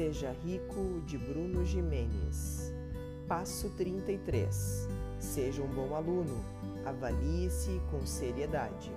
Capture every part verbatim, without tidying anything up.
Seja Rico, de Bruno Gimenez. Passo trinta e três. Seja um bom aluno. Avalie-se com seriedade.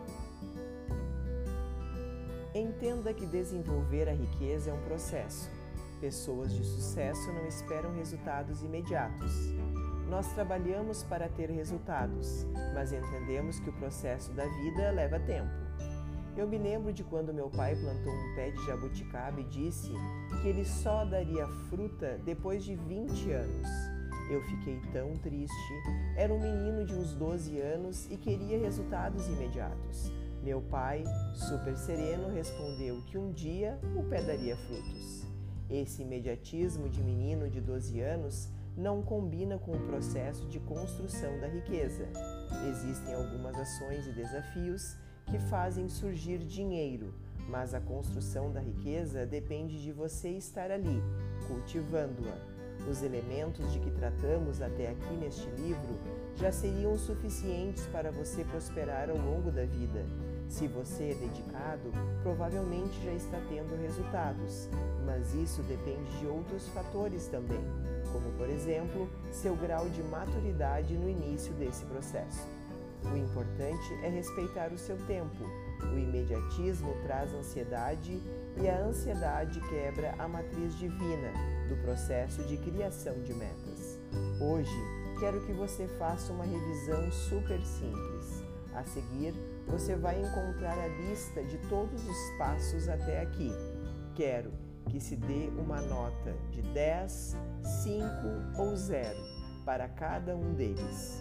Entenda que desenvolver a riqueza é um processo. Pessoas de sucesso não esperam resultados imediatos. Nós trabalhamos para ter resultados, mas entendemos que o processo da vida leva tempo. Eu me lembro de quando meu pai plantou um pé de jabuticaba e disse que ele só daria fruta depois de vinte anos. Eu fiquei tão triste. Era um menino de uns doze anos e queria resultados imediatos. Meu pai, super sereno, respondeu que um dia o pé daria frutos. Esse imediatismo de menino de doze anos não combina com o processo de construção da riqueza. Existem algumas ações e desafios que fazem surgir dinheiro, mas a construção da riqueza depende de você estar ali, cultivando-a. Os elementos de que tratamos até aqui neste livro já seriam suficientes para você prosperar ao longo da vida. Se você é dedicado, provavelmente já está tendo resultados, mas isso depende de outros fatores também, como, por exemplo, seu grau de maturidade no início desse processo. O importante é respeitar o seu tempo. O imediatismo traz ansiedade e a ansiedade quebra a matriz divina do processo de criação de metas. Hoje, quero que você faça uma revisão super simples. A seguir, você vai encontrar a lista de todos os passos até aqui. Quero que se dê uma nota de dez, cinco ou zero para cada um deles.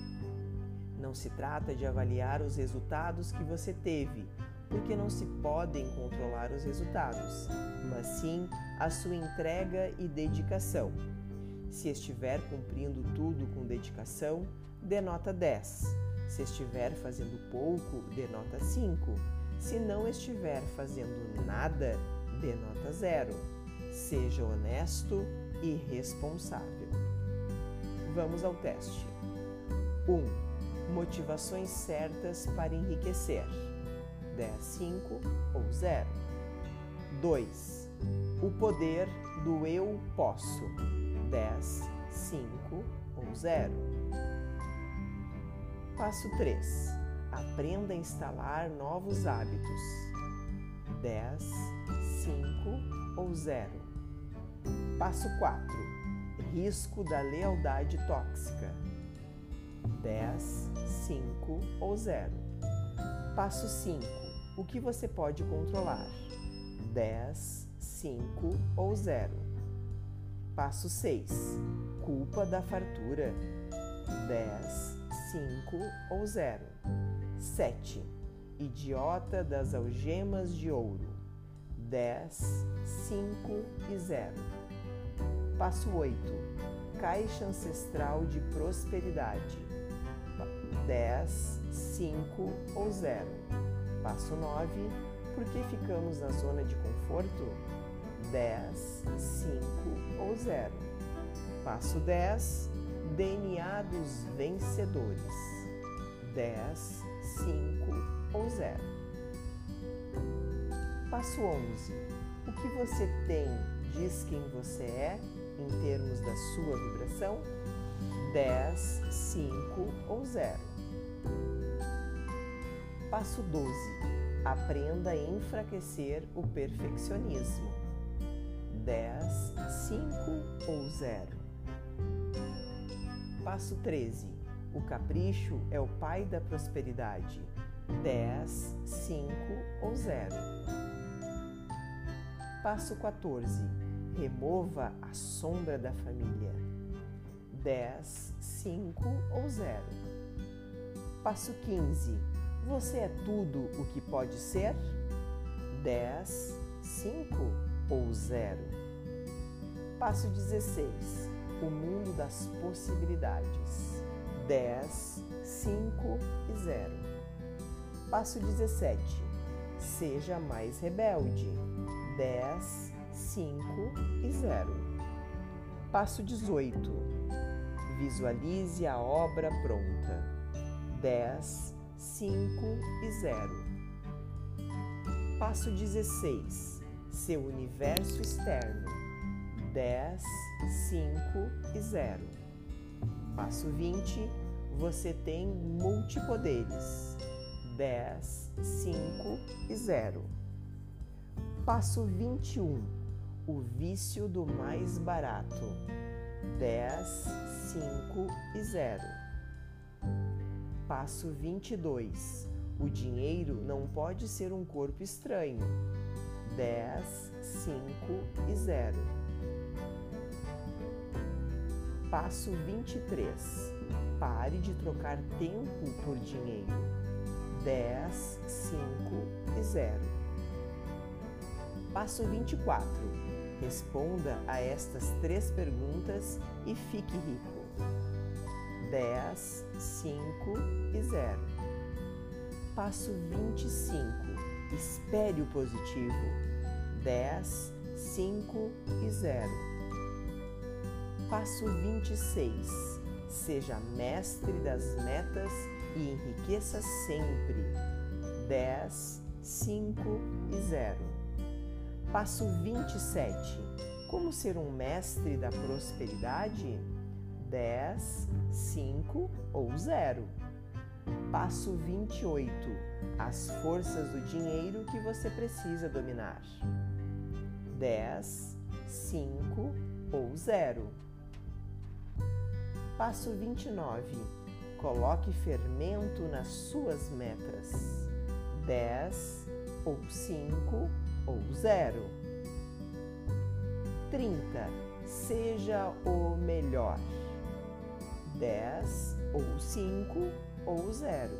Não se trata de avaliar os resultados que você teve, porque não se podem controlar os resultados, mas sim a sua entrega e dedicação. Se estiver cumprindo tudo com dedicação, dê nota dez. Se estiver fazendo pouco, dê nota cinco. Se não estiver fazendo nada, dê nota zero. Seja honesto e responsável. Vamos ao teste. um. Motivações certas para enriquecer. dez, cinco ou zero. dois. O poder do eu posso. dez, cinco ou zero. Passo três. Aprenda a instalar novos hábitos. dez, cinco ou zero. Passo quatro. Risco da lealdade tóxica. dez, cinco ou zero. Passo cinco. O que você pode controlar? dez, cinco ou zero. Passo seis. Culpa da fartura. dez, cinco ou zero. sete. Idiota das algemas de ouro. dez, cinco e zero. Passo oito. Caixa ancestral de prosperidade. dez, cinco ou zero. Passo nove. Por que ficamos na zona de conforto? dez, cinco ou zero. Passo dez. D N A dos vencedores. dez, cinco ou zero. Passo onze. O que você tem diz quem você é em termos da sua vibração? dez, cinco ou zero. Passo doze. Aprenda a enfraquecer o perfeccionismo. dez, cinco ou zero. Passo treze. O capricho é o pai da prosperidade. dez, cinco ou zero. Passo quatorze. Remova a sombra da família. dez, cinco ou zero. Passo quinze. Você é tudo o que pode ser? dez, cinco ou zero. Passo dezesseis. O mundo das possibilidades. dez, cinco e zero. Passo dezessete. Seja mais rebelde. dez, cinco e zero. Passo dezoito. Visualize a obra pronta. dez, cinco e zero. Passo dezesseis. Seu universo externo. dez, cinco e zero. Passo vinte, você tem multipoderes. dez, cinco e zero. Passo vinte e um, o vício do mais barato. dez, cinco e zero. Passo vinte e dois, o dinheiro não pode ser um corpo estranho. dez, cinco e zero. Passo vinte e três, pare de trocar tempo por dinheiro. dez, cinco e zero. Passo vinte e quatro, responda a estas três perguntas e fique rico. dez, cinco e zero. Passo vinte e cinco, espere o positivo. dez, cinco e zero. Passo vinte e seis, seja mestre das metas e enriqueça sempre. dez, cinco e zero. Passo vinte e sete, como ser um mestre da prosperidade? dez, cinco ou zero. Passo vinte e oito, as forças do dinheiro que você precisa dominar. dez, cinco ou zero. Passo vinte e nove, coloque fermento nas suas metas. dez ou cinco ou zero. trinta, seja o melhor. dez ou cinco ou zero.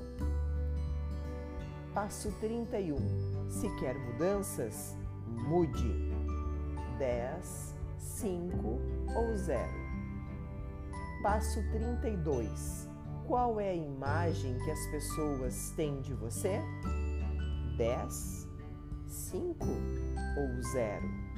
Passo trinta e um, se quer mudanças, mude. dez, cinco ou zero. Passo trinta e dois, qual é a imagem que as pessoas têm de você? dez, cinco ou zero.